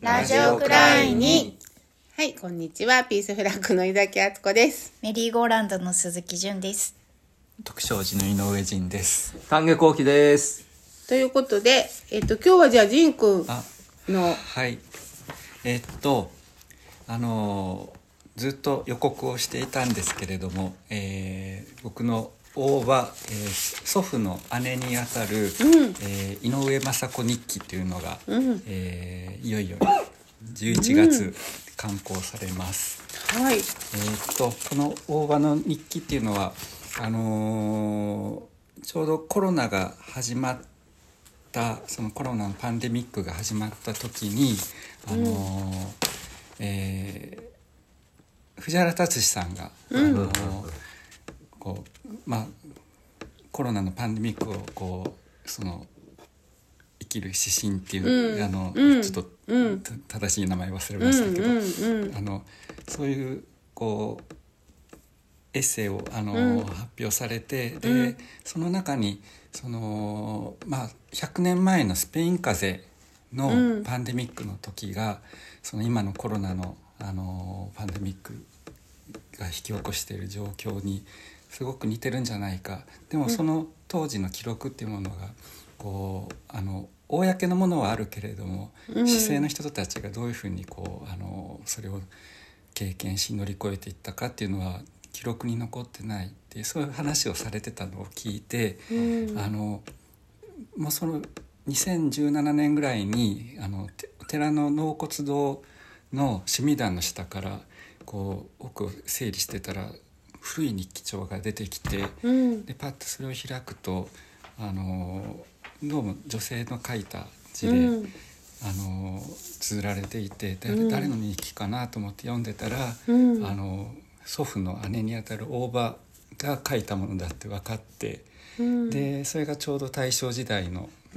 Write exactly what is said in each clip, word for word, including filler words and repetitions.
ラジオくらいに。 はい、こんにちは。ピースフラッグの井崎敦子です。 メリーゴーランドの鈴木純です。 徳勝寺の井上仁です。 丹下幸喜です。 ということで、えっと今日はじゃあ仁くんのはいえっとあのずっと予告をしていたんですけれども、えー、僕の大場、えー、祖父の姉にあたる、うんえー、井上雅子日記というのが、うんえー、いよいよじゅういちがつ刊行されます。 うん、はい。えー、っとこの大場の日記っていうのはあのー、ちょうどコロナが始まったそのコロナのパンデミックが始まった時に、あのーえー、藤原竜さんが、うん、あのー、こうまあコロナのパンデミックをこうその生きる指針っていう、うん、あの、うん、ちょっと、うん、正しい名前忘れましたけど、うんうんうん、あのそういうこうエッセイをあの、うん、発表されて、で、うん、その中にその、まあ、ひゃくねんまえのスペイン風邪のパンデミックの時が、うん、その今のコロナの、あのパンデミックが引き起こしている状況にすごく似てるんじゃないか。でもその当時の記録っていうものがこうあの公のものはあるけれども、うん、市井の人たちがどういうふうにこうあのそれを経験し乗り越えていったかっていうのは記録に残ってないっていう、そういう話をされてたのを聞いて、うん、あのもうそのにせんじゅうななねんぐらいにあの寺の納骨堂の趣味壇の下からこう奥を整理してたら古い日記帳が出てきて、うん、でパッとそれを開くとあのどうも女性の書いた字で、うん、あの綴られていて、うん、誰の日記かなと思って読んでたら、うん、あの祖父の姉にあたる大場が書いたものだって分かって、うん、でそれがちょうど大正時代の、うん、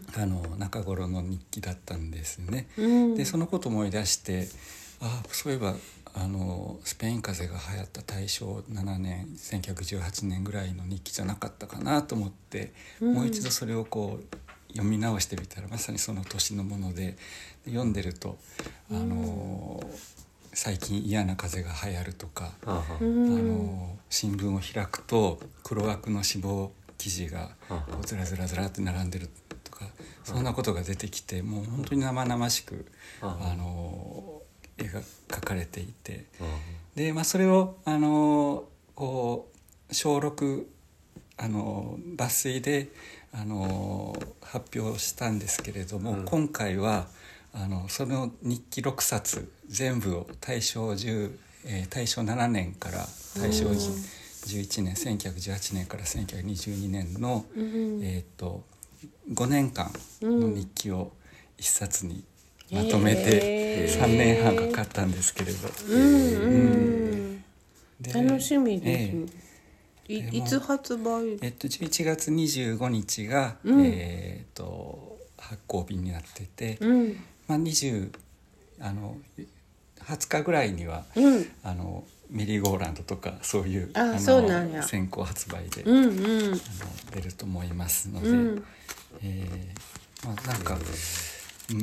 あの中頃の日記だったんですね、うん、でそのことを思い出して、あそういえばあのスペイン風邪が流行った大正ななねんせんきゅうひゃくじゅうはちねんぐらいの日記じゃなかったかなと思って、うん、もう一度それをこう読み直してみたらまさにその年のもので、で読んでるとあの、うん、最近嫌な風邪が流行るとか、うん、あの新聞を開くと黒枠の死亡記事がこうずらずらずらって並んでるとか、そんなことが出てきて、もう本当に生々しくあの絵が描かれていて、で、まあ、それをあのこう小ろくあの抜粋であの発表したんですけれども、うん、今回はあのその日記ろくさつ全部を大正じゅう、えー、大正ななねんから大正じゅういちねん、せんきゅうひゃくじゅうはちねんからせんきゅうひゃくにじゅうにねんの、うん、えー、とごねんかんの日記を一冊にまとめてさんねんはんかかったんですけれど、 うんうんうん、楽しみですね、えー、い, いつ発売？ えっと、じゅういちがつにじゅうごにちが、うんえー、と発行日になってて、うんまあ、にじゅうあのはつかぐらいには、うん、あのメリーゴーランドとかそういう、 ああそうなんや先行発売で、 うんうん、あの出ると思いますので、うんえーまあ、なんか、うん、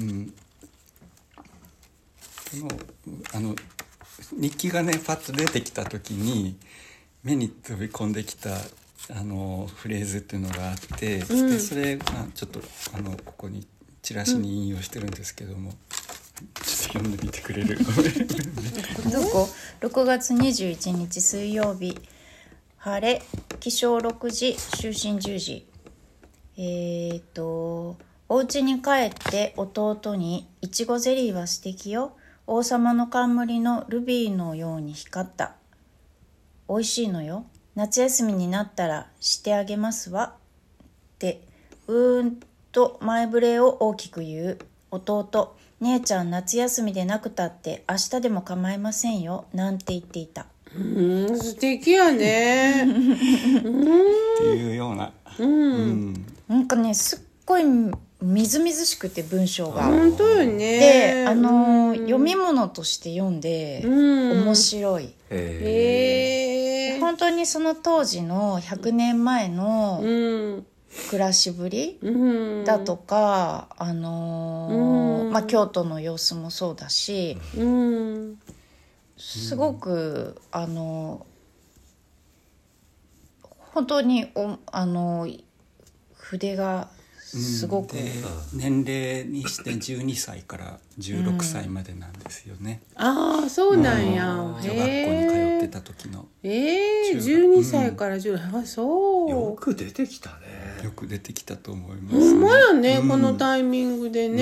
のあの日記がねパッと出てきた時に目に飛び込んできたあのフレーズっていうのがあって、うん、でそれ、まあ、ちょっとあのここにチラシに引用してるんですけども、うん、ちょっと読んでみてくれる？ どこ？ろくがつにじゅういちにち水曜日、晴れ、起床ろくじ、就寝じゅうじ。えーとお家に帰って弟にいちごゼリーは素敵よ、王様の冠のルビーのように光った、美味しいのよ、夏休みになったらしてあげますわってうーんと前触れを大きく言う弟、姉ちゃん夏休みでなくたって明日でも構いませんよなんて言っていた。 うーん素敵やねっていうような、 うんうん、 なんかねすっごいみずみずしくて文章が本当よね。 で、あのーうん、読み物として読んで、うん、面白い。 へー。 本当にその当時のひゃくねんまえの、 うん、 暮らしぶりうんだとか、あのーうんまあ、京都の様子もそうだし、 うんすごく、あの本当におあの筆がすごく、 うんで年齢にしてじゅうにさいからじゅうろくさいまでなんですよね、 ああそうなんや、 女学校に通ってへた時のええー、 中学じゅうにさいからじゅうあそうよく出てきたね。 よく出てきたと思いますほんまやね、 うんこのタイミングでね、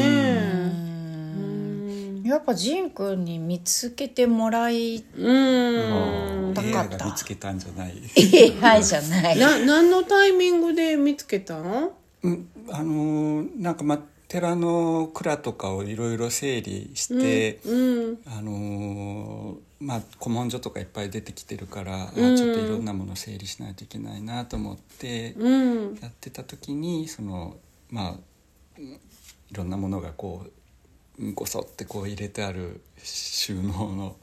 うんやっぱ仁君に見つけてもらいうんたエーかったアイが見つけたんじゃないエーアイ じゃないな何のタイミングで見つけたん？ うんあのーなんかまあ寺の蔵とかをいろいろ整理して、 うんあのーまあ古文書とかいっぱい出てきてるから、 うんあちょっといろんなものを整理しないといけないなと思ってうんやってた時に、そのまあうんいろんなものがこうごそってこう入れてある収納の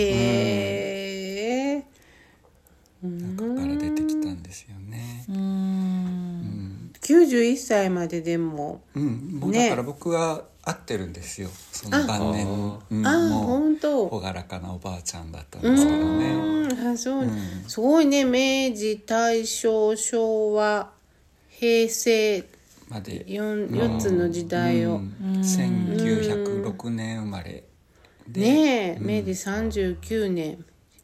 へえ、 中から出てきたんですよね。 ううんんきゅうじゅういっさいまででもうん、もうねだから僕は合ってるんですよ、その晩年あうんあもう本当朗らかなおばあちゃんだったんうですけどね。 ーんあそう、 うんすごいね、明治大正昭和平成まで 4, 4つの時代を、 うんせんきゅうひゃくろくねん生まれで、 ねえ、 うん明治さんじゅうきゅうねん、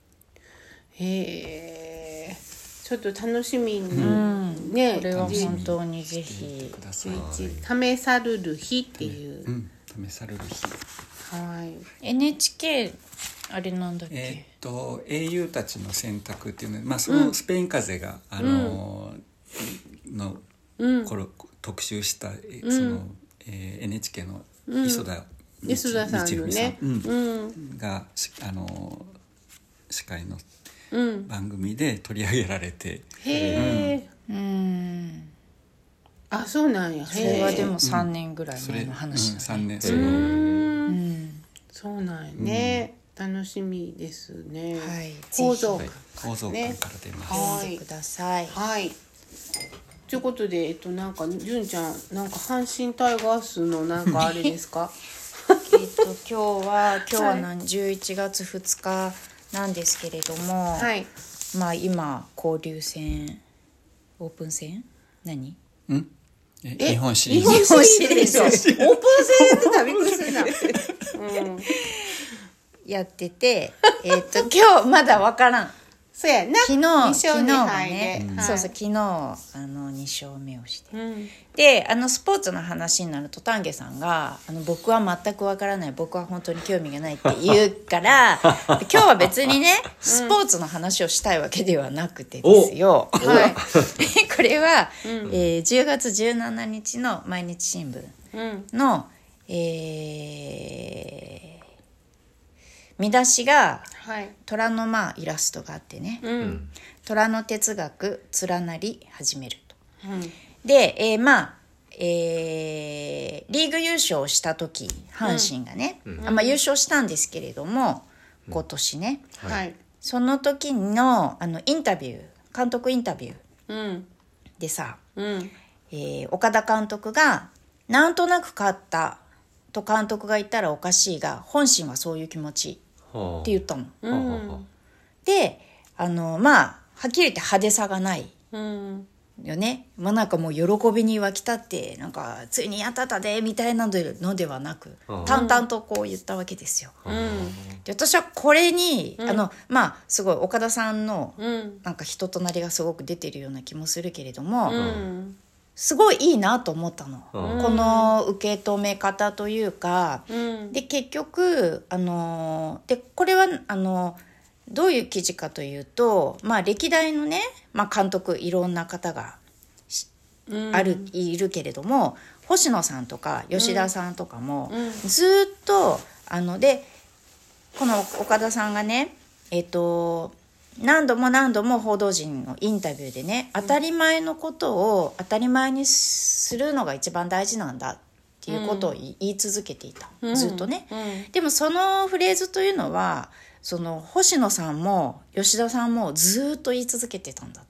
へえちょっと楽しみに、ねこれはじゅう本当にぜひください。 いち試さるる日っていうう、ん、試される日。 はいエヌエイチケー あれなんだっけ、 えーっと英雄たちの選択っていうのは、まあ、そのスペイン風邪が、あのーのうん頃特集した、えそのえー エヌエイチケー の磯田道磯田さんのね道文さんうんうんがしあのー司会のうん番組で取り上げられて、 へえ、 うんあそうなんや、 それはでへもさんねんぐらいそれ、 前の話うん、 ださんねんえそれをうんそうなんやね、楽しみですね、 はい構造はい構造館から出ます。 はい読んでください。 はい。ということで、えっと、なんか、純ちゃん、なんか阪神タイガースのなんかあれですか。 えっと今日は今日は何じゅういちがつふつかなんですけれども、 はい。 まあ今交流戦オープン戦何？ うんええ日本シリー日ズ本シリーズでしょ。オープン戦やってた、びっくりするな。うん。 やってて、えっと今日まだわからん。 そうやな。 昨日二勝昨日二が敗でね、 はいそうそう昨日あのに勝目をして。 うん。 であのスポーツの話になると丹下さんがあの僕は全くわからない僕は本当に興味がないって言うから今日は別にねスポーツの話をしたいわけではなくてですよ、 はい。 これは、えーじゅうがつじゅうしちにちの毎日新聞うん。 の、えー見出しがはい。 虎のまあイラストがあってね、 うん。 虎の哲学連なり始めると。 うん。 で、えーまあ、えーリーグ優勝した時阪神がね、あまあ、優勝したんですけれども、今年ねはい。 その時のあのインタビュー監督インタビューうん。 でさ、 うん。 えー岡田監督がなんとなく勝ったと監督が言ったらおかしいが本心はそういう気持ちはあって言ったの。 うはあはん。 であのまあはっきり言って派手さがないうん。 よね。まあなんかもう喜びに沸き立ってなんかついにやったったでみたいなのではなくうん淡々とこう言ったわけですよ。 うん。 で私はこれに、あのまあすごい岡田さんのうん。 なんか人となりがすごく出てるような気もするけれども、 うん。 すごいいいなと思ったの、 うんこの受け止め方というか、 うん。 で結局あのでこれはあのどういう記事かというと、まあ、歴代のね、まあ、監督いろんな方がうん。 ある、いるけれども星野さんとか吉田さんとかも、 うんずーっとあのでこの岡田さんがねえっと何度も何度も報道陣のインタビューでね当たり前のことを当たり前にするのが一番大事なんだっていうことを言い言い続けていた、 うんずっとね、 うん。 でもそのフレーズというのはその星野さんも吉田さんもずっと言い続けてたんだって、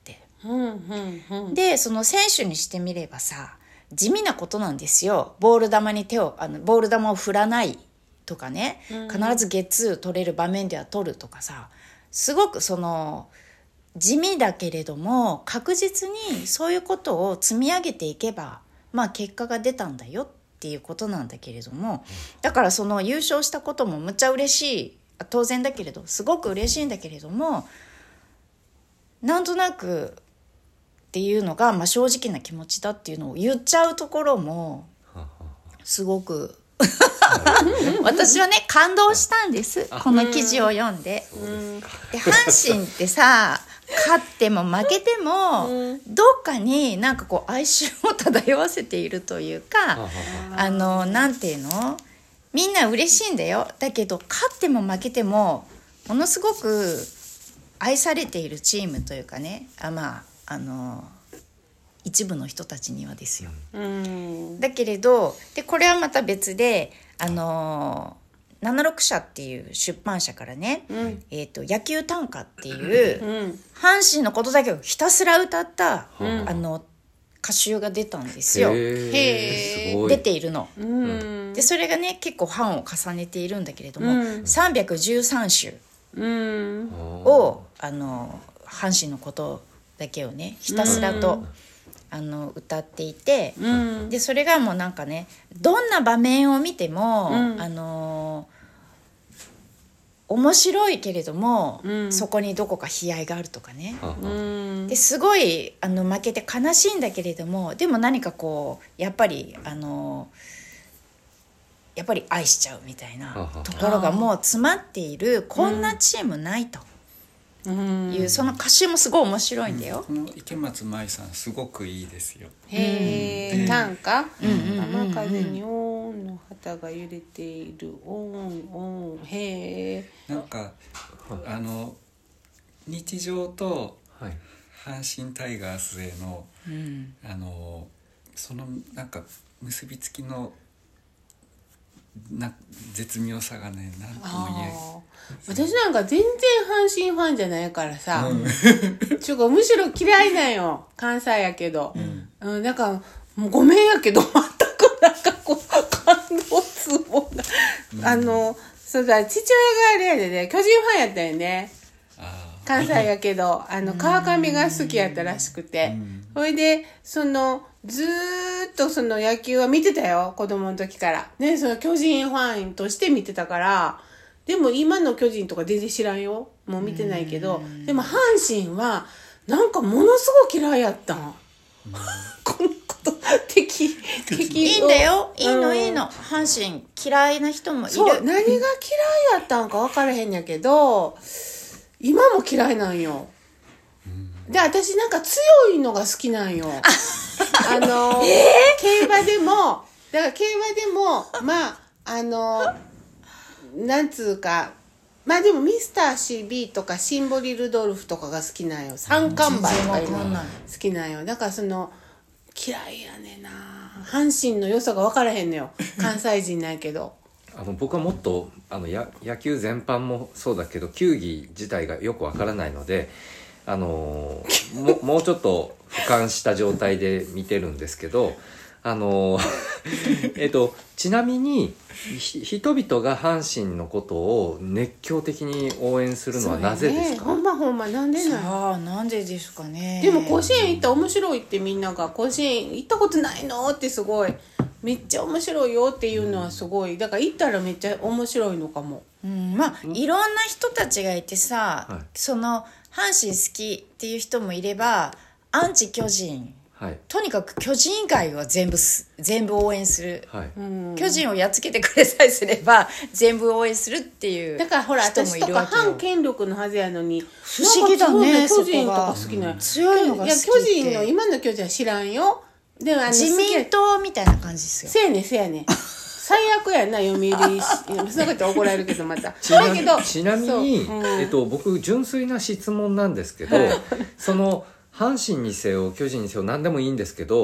うんうんうん、 でその選手にしてみればさ地味なことなんですよ。ボール球に手をあのボール球を振らないとかね、必ずゲッツー取れる場面では取るとかさ、すごくその地味だけれども確実にそういうことを積み上げていけば、まあ結果が出たんだよっていうことなんだけれども、だからその優勝したこともむっちゃ嬉しい、当然だけれどすごく嬉しいんだけれども、なんとなくっていうのが、まあ、正直な気持ちだっていうのを言っちゃうところもすごく私はね感動したんです、この記事を読んで。で阪神ってさ勝っても負けてもどっかになんかこう哀愁を漂わせているというか、あのなんていうの、みんな嬉しいんだよ。だけど勝っても負けてもものすごく愛されているチームというかね、あまああの一部の人たちにはですよ。 うんだけれどでこれはまた別であのななじゅうろく社っていう出版社からね、 うんえーと野球短歌っていううん阪神のことだけをひたすら歌った、 うんあの歌集が出たんですよ。 へーすごい。 出ているの。 うんでそれがね結構版を重ねているんだけれども、 うんさんびゃくじゅうさん首うんをあの阪神のことだけをねひたすらと、 うんあの歌っていて、 うんでそれがもうなんかねどんな場面を見ても、 うんあの面白いけれども、 うんそこにどこか悲哀があるとかね、 ははうんですごいあの負けて悲しいんだけれども、でも何かこうやっぱりあのやっぱり愛しちゃうみたいなははところがもう詰まっている、こんなチームないとうんいう、その歌詞もすごい面白いんだよ。 この池松舞さんすごくいいですよ。 へえ、 うん短歌、 うんうんうんうん雨風にオンの旗が揺れているオンオン、へえ、 なんかあの日常とはい。 阪神タイガースへのうんあのそのなんか結びつきのな絶妙さがねなんとも言えあー私なんか全然阪神ファンじゃないからさ、 うんちゅうかむしろ嫌いなんよ、関西やけど、うん、だからもうごめんやけど全くなんかこう感動ツボが、あのそうだ、父親があれやでね巨人ファンやったよね、 あ関西やけどあの川上が好きやったらしくて、それでそのずーっとその野球は見てたよ、子供の時からね、その巨人ファンとして見てたから。でも今の巨人とか全然知らんよ、もう見てないけど、でも阪神はなんかものすごく嫌いやったんこのこと敵敵いいんだよ、いいの、 うんいいの。阪神嫌いな人もいる。 そう、何が嫌いやったんか分からへんやけど今も嫌いなんよ。で私なんか強いのが好きなんよ。あの、競馬でもだから競馬でもまああのなんつうか、まあでもミスター シービー とかシンボリルドルフとかが好きなんよ。三冠馬とかいうの全然わかんない好きなんよ。だからその嫌いやねんな、阪神の良さが分からへんのよ、関西人なんやけど。 あの僕はもっとあのや野球全般もそうだけど球技自体がよくわからないので、あのーももうちょっと俯瞰した状態で見てるんですけど、あのーえっとちなみにひ人々が阪神のことを熱狂的に応援するのはなぜですか？ ね、ほんまほんまなんでなんさあなんでですかね。 でも甲子園行ったら面白いってみんなが甲子園行ったことないのってすごいめっちゃ面白いよっていうのはすごい、だから行ったらめっちゃ面白いのかも。 うん、まあいろんな人たちがいてさ、 はいその阪神好きっていう人もいればアンチ巨人、 はいとにかく巨人以外は全部す全部応援する、 はい。 うん巨人をやっつけてくれさえすれば全部応援するっていうだからほら人も私とかいるわけよ。 反権力のはずやのに不思議だねなんかすごい巨人とかそこが好きなの、 強いのが好きっていや巨人の今の巨人は知らんよ。でもあの自民党みたいな感じですよ。 せやねんせやねん最悪やな読売しそんなこと言ったら怒られるけどまたちなだけどちなみに、 そううんえっと、僕純粋な質問なんですけどその阪神にせよ巨人にせよ何でもいいんですけど、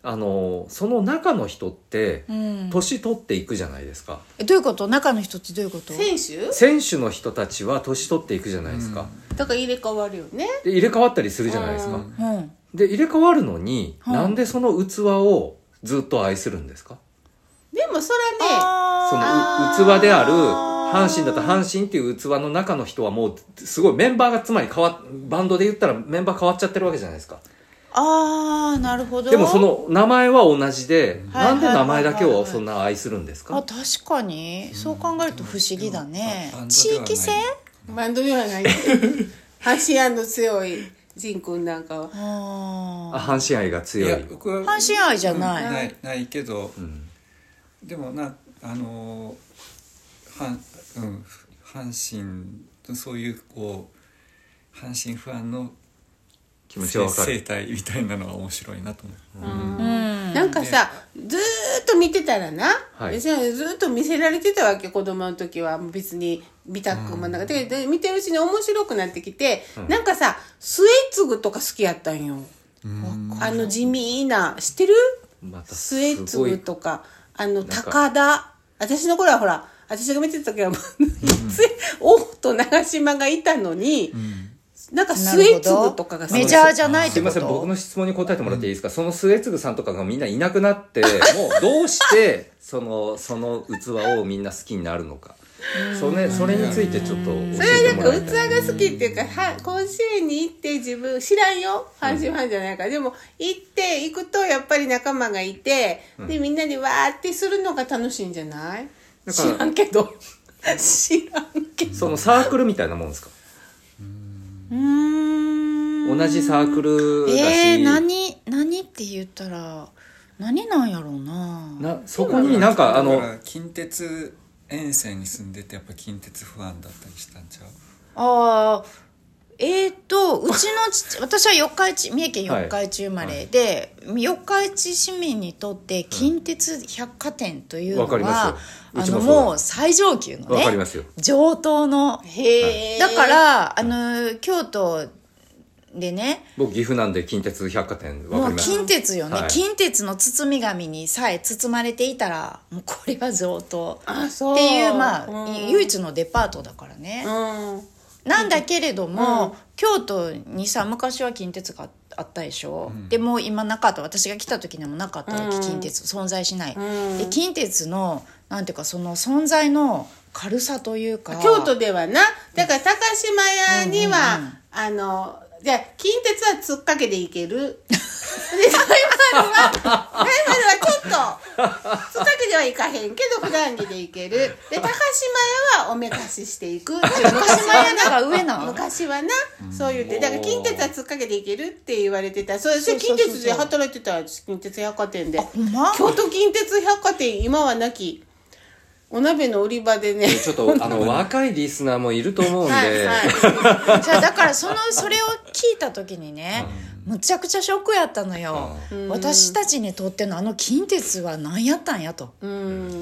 あのその中の人ってうん年取っていくじゃないですか。 えどういうこと？中の人ってどういうこと？ 選手選手の人たちは年取っていくじゃないですか、 だから入れ替わるよね。 で入れ替わったりするじゃないですか、 うんで入れ替わるのに、 うんなんでその器をずっと愛するんですか？ でもそれはね、 そあのう器である阪神だったら阪神っていう器の中の人はもうすごいメンバーがつまり変わバンドで言ったらメンバー変わっちゃってるわけじゃないですか。 あーなるほど。 でもその名前は同じで、 はいなんで名前だけはいはいはいをそんな愛するんですか？ あ確かにそう考えると不思議だね、 うん地域性。 バンドではない阪神の強いジン君なんかはああ阪神愛がい強い。 や僕は阪神愛じゃない、 うんないないけど、 うんでもなあのーはんうん阪神そういうこう阪神ファンの気持ちはわか生る。 態みたいなのは面白いなと思う。 うんなんかさずーっと見てたらな、 はい別にずーっと見せられてたわけ、子供の時は別に見たくもなかったけど、で見てるうちに面白くなってきて、 うんなんかさ末継とか好きやったんよ。あの地味な知ってる？ またす末ごい継とかあのんか高田、私の頃はほら私が見てた時はもう王と長島がいたのに、なんか末継とかがメジャーじゃないってこと？ すいません、僕の質問に答えてもらっていいですか？その末継さんとかがみんないなくなってもうどうしてそのその器をみんな好きになるのか、それそれについてちょっと教えそれてもらいはなんか器たい。 が好きっていうか、は甲子園に行って自分知らんよ阪神ファンじゃないから、でも行って行くとやっぱり仲間がいて、でみんなでわーってするのが楽しいんじゃない？ だから知らんけど知らんけどそのサークルみたいなもんですか？ うーん同じサークルだし、 えー、何何って言ったら何なんやろうな。 なそこになんかあのだから近鉄沿線に住んでてやっぱ近鉄ファンだったりしたんちゃう？ あーえーとうちの父私は四日市三重県四日市生まれで、四日市市民にとって近鉄百貨店というのわかりは、 ますよ。うちもあのそうだもう最上級のねわかりますよ。 上等のへーだからあの京都でね僕岐阜なんで近鉄百貨店わもうかります。 近鉄よね、 はい近鉄の包み紙にさえ包まれていたらもうこれは上等あそうっていうまあ、 うん唯一のデパートだからね、 うんなんだけれども、 うん京都にさ昔は近鉄があったでしょ、うん、でも今なかった、私が来た時にもなかったわけ、うん、近鉄存在しない、うん、で近鉄のなんていうかその存在の軽さというか京都ではなだから高島屋には、うんうんうん、あのじゃあ近鉄は突っかけで行けるで大丸は大丸はちょっと突っかけでは行かへんけど普段着で行けるで高島屋はおめかししていく高島屋なんか上なの昔はなそう言ってだから近鉄は突っかけで行けるって言われてたそれで近鉄で働いてた近鉄百貨店で、 ま、 京都近鉄百貨店今はなきお鍋の売り場でねちょっとあの若いリスナーもいると思うんで、はいはい、じゃあだからそのそれを聞いた時にね、うん、むちゃくちゃショックやったのよ、うん、私たちにとってのあの近鉄は何やったんやと、うん、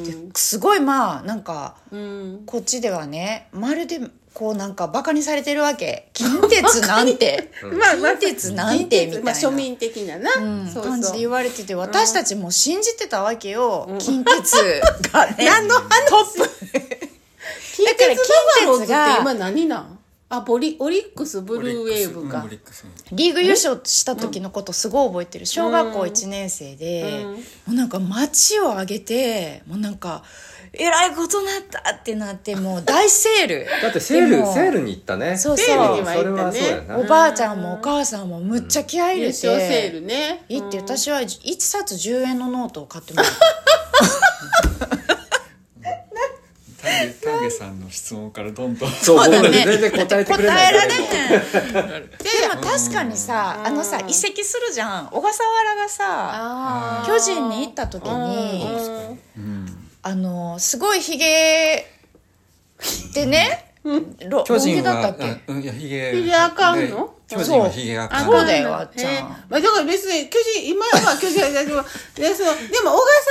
ですごいまあなんか、うん、こっちではねまるでこうなんかバカにされてるわけ近鉄なんて近鉄なんてみたいな、 まあ、庶民的なな、 うん、 そうそう感じで言われてて私たちも信じてたわけよ、うん、近鉄がね何の話トップ近鉄バファローズって今何なんあボリオリックスブルーウェーブかリーグ優勝した時のことすごい覚えてる小学校いちねん生で、うん、もうなんか街を挙げてもうなんかえらいことなったってなってもう大セールだってセールセールに行ったねそうそうセールには行ったねそれはそうやなおばあちゃんもお母さんもむっちゃ気合い入れて、 うん、セールね行って私はいちさつじゅうえんのノートを買ってもらったタゲさんの質問からどんどんそうだね全然答えてくれない答えられへんでも確かにさあのさ移籍するじゃん小笠原がさ巨人に行った時にあのすごいヒゲでね巨人はだったっけいやヒゲヒゲあかんの巨人はヒゲあかんそうだよあっちゃん、 まあ、だから別に巨人今は巨人でそのでも小笠原っ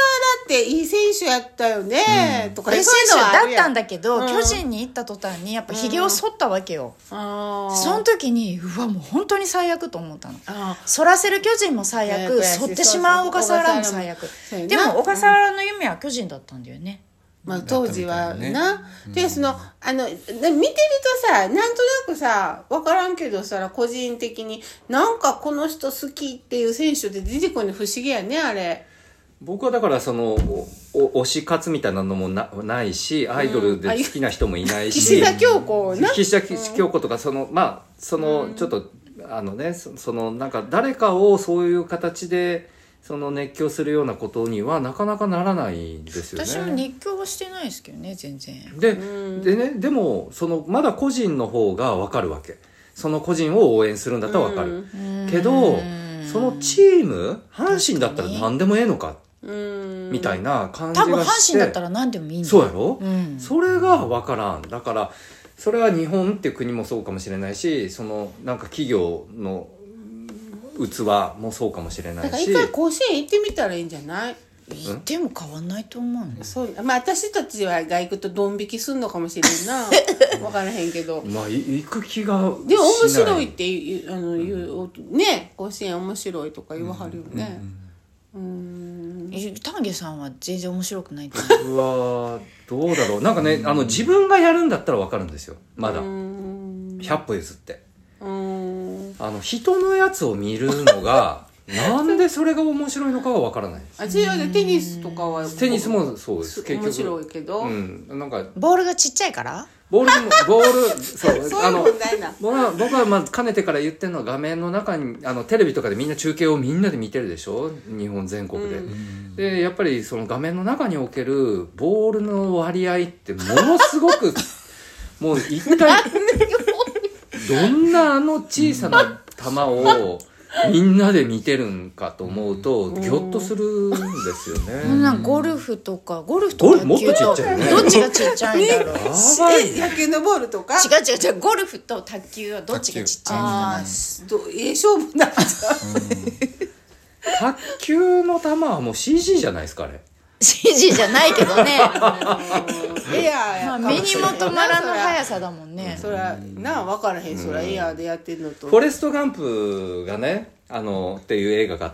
っていい選手やったよね、うん、とかいい選手だったんだけど、 うん、 巨人に行った途端にやっぱひげを剃ったわけよ、うん、 あその時にうわもう本当に最悪と思ったの。剃らせる巨人も最悪、剃ってしまう小笠原も最悪。でも小笠原の夢は巨人だったんだよね、 まあ、当時はな、うん、でそのあの見てるとさ、なんとなくさ分からんけどさ、個人的になんかこの人好きっていう選手って出てくるの不思議やね、あれ。 僕はだからその推し活みたいなのも な, ないしアイドルで好きな人もいないし、 うん、岸田京子な岸田京子とかそのまあそのちょっと、うん、あのね そ, そのなんか誰かをそういう形でその熱狂するようなことにはなかなかならないですよね。 私も熱狂はしてないですけどね、全然。 で、でね、でもそのまだ個人の方が分かるわけ。その個人を応援するんだったら分かる。けどそのチーム阪神だったら何でもええのかみたいな感じがして。多分阪神だったら何でもいいんだよ。 そうやろ、うん、それが分からん。だからそれは日本っていう国もそうかもしれないし、そのなんか企業の器もそうかもしれないし、だから一回甲子園行ってみたらいいんじゃない？ 行っても変わんないと思うの。 そう、まあ私たちは外国とドン引きすんのかもしれんな分からへんけど、 まあ行く気がしない。 でも面白いって言う、あの言うね、甲子園面白いとか言わはるよね。うん、うん、 丹下さんは全然面白くないと思う。 うわどうだろう。なんかね、あの自分がやるんだったら分かるんですよ、まだひゃっぽ譲って。うん、あの人のやつを見るのがなんでそれが面白いのかは分からない。 あ、違うね、テニスとかはテニスもそうです。結局面白いけど、 うん、なんかボールがちっちゃいからボールもボールそうそういう問題な。 僕は僕はまずかねてから言ってるのは、画面の中にあのテレビとかでみんな中継をみんなで見てるでしょ、日本全国で、うん、でやっぱりその画面の中におけるボールの割合ってものすごくもう一体どんなあの小さな球をみんなで見てるんかと思うとギョッとするんですよね。 なんかゴルフとかゴルフと卓球とどっちがちっちゃいんだろう。 え、野球のボールとか？ 違う違う違う、ゴルフと卓球はどっちがちっちゃいんだろう。 ええ勝負なんだ。 卓球の球はもう シージー じゃないですか、あれ。 シージー じゃないけどね。 エアや、 まあ、目にも止まらぬ速さだもんね。 そりゃな分からへん。そりゃエアでやってるのと、 フォレストガンプがね、あのっていう映画があって、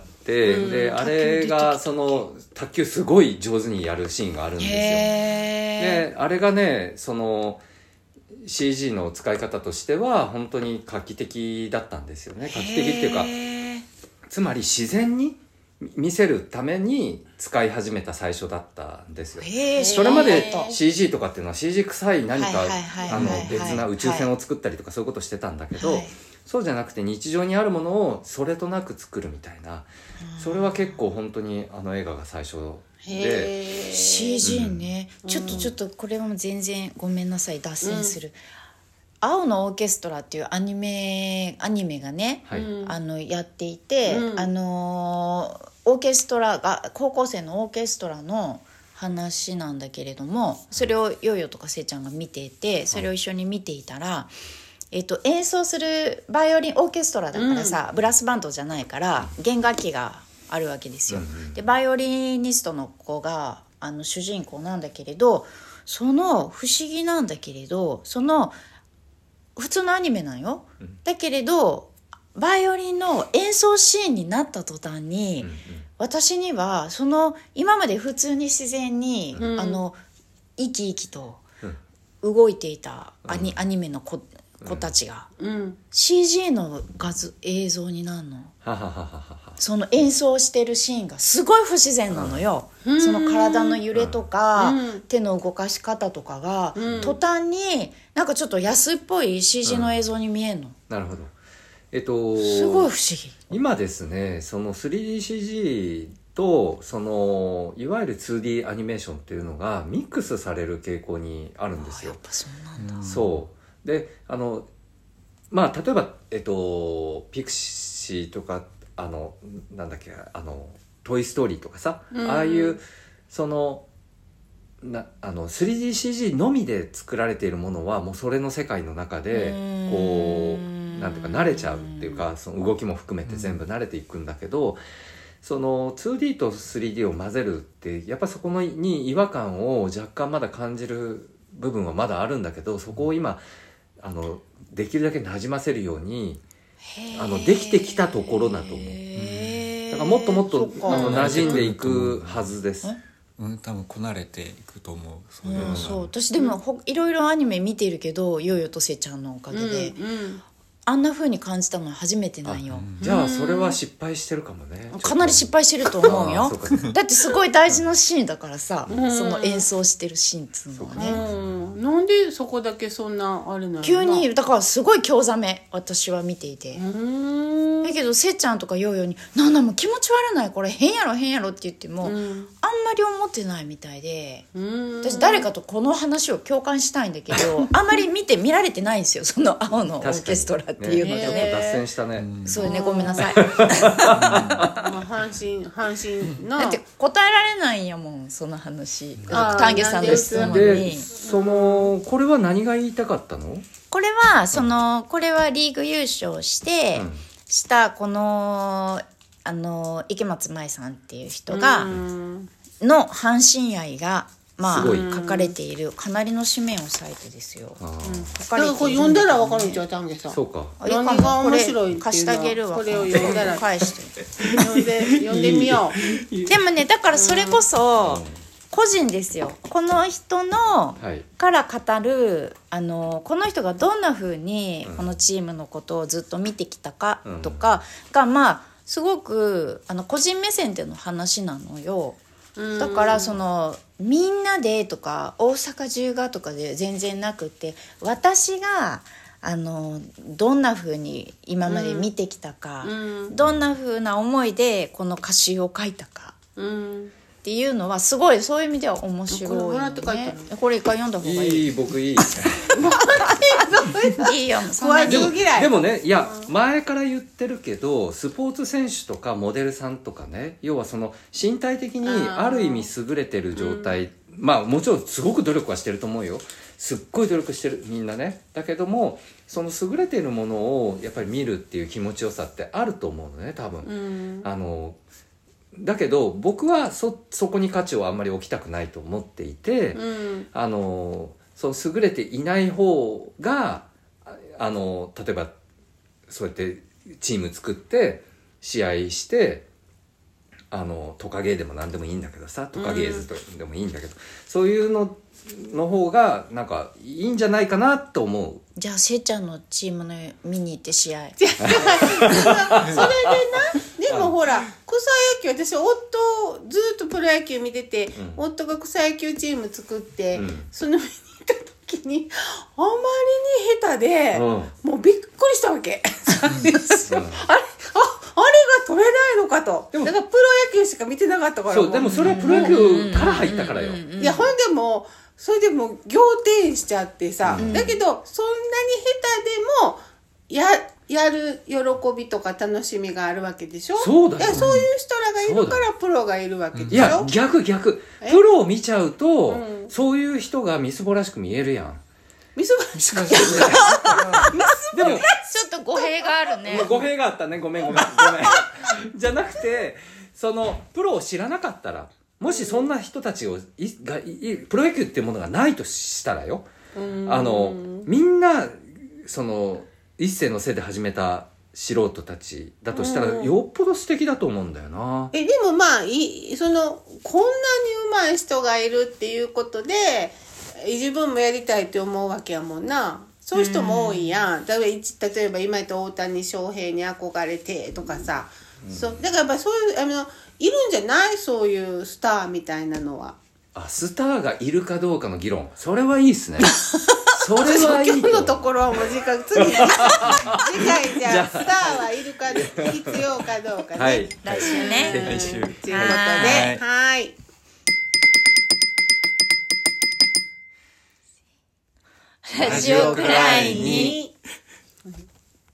うん、であれがその卓球すごい上手にやるシーンがあるんですよ。であれがね、その シージー の使い方としては本当に画期的だったんですよね。画期的っていうか、つまり自然に見せるために使い始めた最初だったんですよ。それまで シージー とかっていうのは シージー 臭い何かあの別な宇宙船を作ったりとかそういうことしてたんだけど、はい、そうじゃなくて日常にあるものをそれとなく作るみたいな、それは結構本当にあの映画が最初で。 シージー ね、うん、ちょっとちょっとこれはもう全然ごめんなさい、脱線する、うん、青のオーケストラっていうアニメアニメがね、はい、あのやっていて、うん、あのオーケストラが高校生のオーケストラの話なんだけれども、それをヨーヨーとかせいちゃんが見ていて、それを一緒に見ていたら、はい、えっと、演奏するバイオリンオーケストラだからさ、うん、ブラスバンドじゃないから弦楽器があるわけですよ、うん、でバイオリニストの子があの主人公なんだけれど、その不思議なんだけれど、その普通のアニメなんよ、うん、だけれどバイオリンの演奏シーンになった途端に、うんうん、私にはその今まで普通に自然に、うん、あの生き生きと動いていたア ニ,、うん、アニメの 子, 子たちが、うん、シージー の画像映像になるの。その演奏してるシーンがすごい不自然なのよ、うん、その体の揺れとか、うん、手の動かし方とかが、うん、途端になんかちょっと安っぽい シージー の映像に見えるの、うん、 なるほど。えっとすごい不思議。 今ですね、その スリーディーシージー とそのいわゆる ツーディー アニメーションっていうのがミックスされる傾向にあるんですよ。 やっぱそうなんだ。 そうで、あのまあ例えばえっとピクシーとかあのなんだっけ、あのトイストーリーとかさ、うん、ああいうそのなあの スリーディーシージー のみで作られているものはもうそれの世界の中でこうなんていうか慣れちゃうっていうか、その動きも含めて全部慣れていくんだけど、 その ツーディー と スリーディー を混ぜるってやっぱそこのに違和感を若干まだ感じる部分はまだあるんだけど、そこを今あのできるだけなじませるようにあのできてきたところだと思う。だからもっともっとあの馴染んでいくはずです。 うん、多分こなれていくと思う。そういうのが、 うん、そう私でも、ほいろいろアニメ見てるけどヨーヨーとせちゃんのおかげで、 うんうんあんな風に感じたのは初めてなんよ。 じゃあそれは失敗してるかもね。 かなり失敗してると思うよあそうかだってすごい大事なシーンだからさ、 うんその演奏してるシーンっつうのはね、 うん、なんでそこだけそんなあれなの？ 急にだからすごい興ざめ私は見ていて、 うんだけどせっちゃんとかヨーヨーに「なんだもう気持ち悪ないこれ変やろ変やろ」って言っても、 うん、 あんまり思ってないみたいで、 うん私誰かとこの話を共感したいんだけどあんまり見て見られてないんですよ、その青のオーケストラっていうのでね。 脱線したね。 そうね、ごめんなさいまあ阪神阪神のだって答えられないんやもんその話。 あー丹下さんの質問でにそのこれは何が言いたかったの？ これはそのこれはリーグ優勝して、 うんしたこのあの池松舞さんっていう人が、 うんの阪神愛がまあすごい書かれているかなりの紙面をサイトですよ。 あー書かれているんだけどねだからこれ読んだらわかるんちゃう丹下さん。 そうか。 あいいかも何が面白いっていうのはこれ貸してあげるわ。 これを読んだら返して読んで読んでみよう。 でもねだからそれこそ個人ですよ。この人のはい。 から語るあのこの人がどんな風にこのチームのことをずっと見てきたかとかが、まあすごくあの個人目線での話なのよ。だからそのみんなでとか大阪中がとかで全然なくて、私があのどんな風に今まで見てきたか、 うんどんな風な思いでこの歌詞を書いたかうんっていうのはすごいそういう意味では面白いよこれもらって書いねたの。 これ一回読んだ方がいい。 いい僕いい。 いいよそん食わなにず嫌い。 でもね、いや前から言ってるけどスポーツ選手とかモデルさんとかね、要はその身体的にある意味優れてる状態、まあもちろんすごく努力はしてると思うよ。すっごい努力してるみんなね。だけどもその優れてるものをやっぱり見るっていう気持ちよさってあると思うのね多分。 うんあのだけど僕は そ, そこに価値をあんまり置きたくないと思っていて、 うんあのその優れていない方がああの例えばそうやってチーム作って試合してあのトカゲでも何でもいいんだけどさ、トカゲーズでもいいんだけど、そういうのの方がなんかいいんじゃないかなと思う。 じゃあせいちゃんのチームの見に行って試合それでな、でもほら草野球、私夫ずっとプロ野球見てて、 ん夫が草野球チーム作って、 うんその見に行った時にあまりに下手で、 うんもうびっくりしたわけ。そうですようんあれああれが取れないのかと。 でもだからプロ野球しか見てなかったから。 そうでもそれはプロ野球から入ったからよ。 いやほんでもそれでもう仰天しちゃってさ、だけどそんなに下手でもややる喜びとか楽しみがあるわけでしょ。 そうだよいやそういう人らがいるからプロがいるわけでしょ。 いや逆逆えプロを見ちゃうと、 うんそういう人がみすぼらしく見えるやん。 みすぼらしくでもちょっと語弊があるね。 語弊があったね、ごめんごめんごめんじゃなくてそのプロを知らなかったら、もしそんな人たちをいがいプロ野球っていうものがないとしたらよ、あのみんなその一世のせいで始めた素人たちだとしたら、 うんよっぽど素敵だと思うんだよな。 えでもまあいそのこんなに上手い人がいるっていうことで自分もやりたいって思うわけやもんな。そういう人も多いやん。だから一例えば今言った大谷翔平に憧れてとかさ、そうだからやっぱそういうあのいるんじゃない、そういうスターみたいなのは。 あ、スターがいるかどうかの議論、それはいいっすねそれはいい今日のところはもう時間次次回じゃあスターはいるか必要かどうかね、 はい来週ね。 うん来週ということでははいラジオくらいに。 に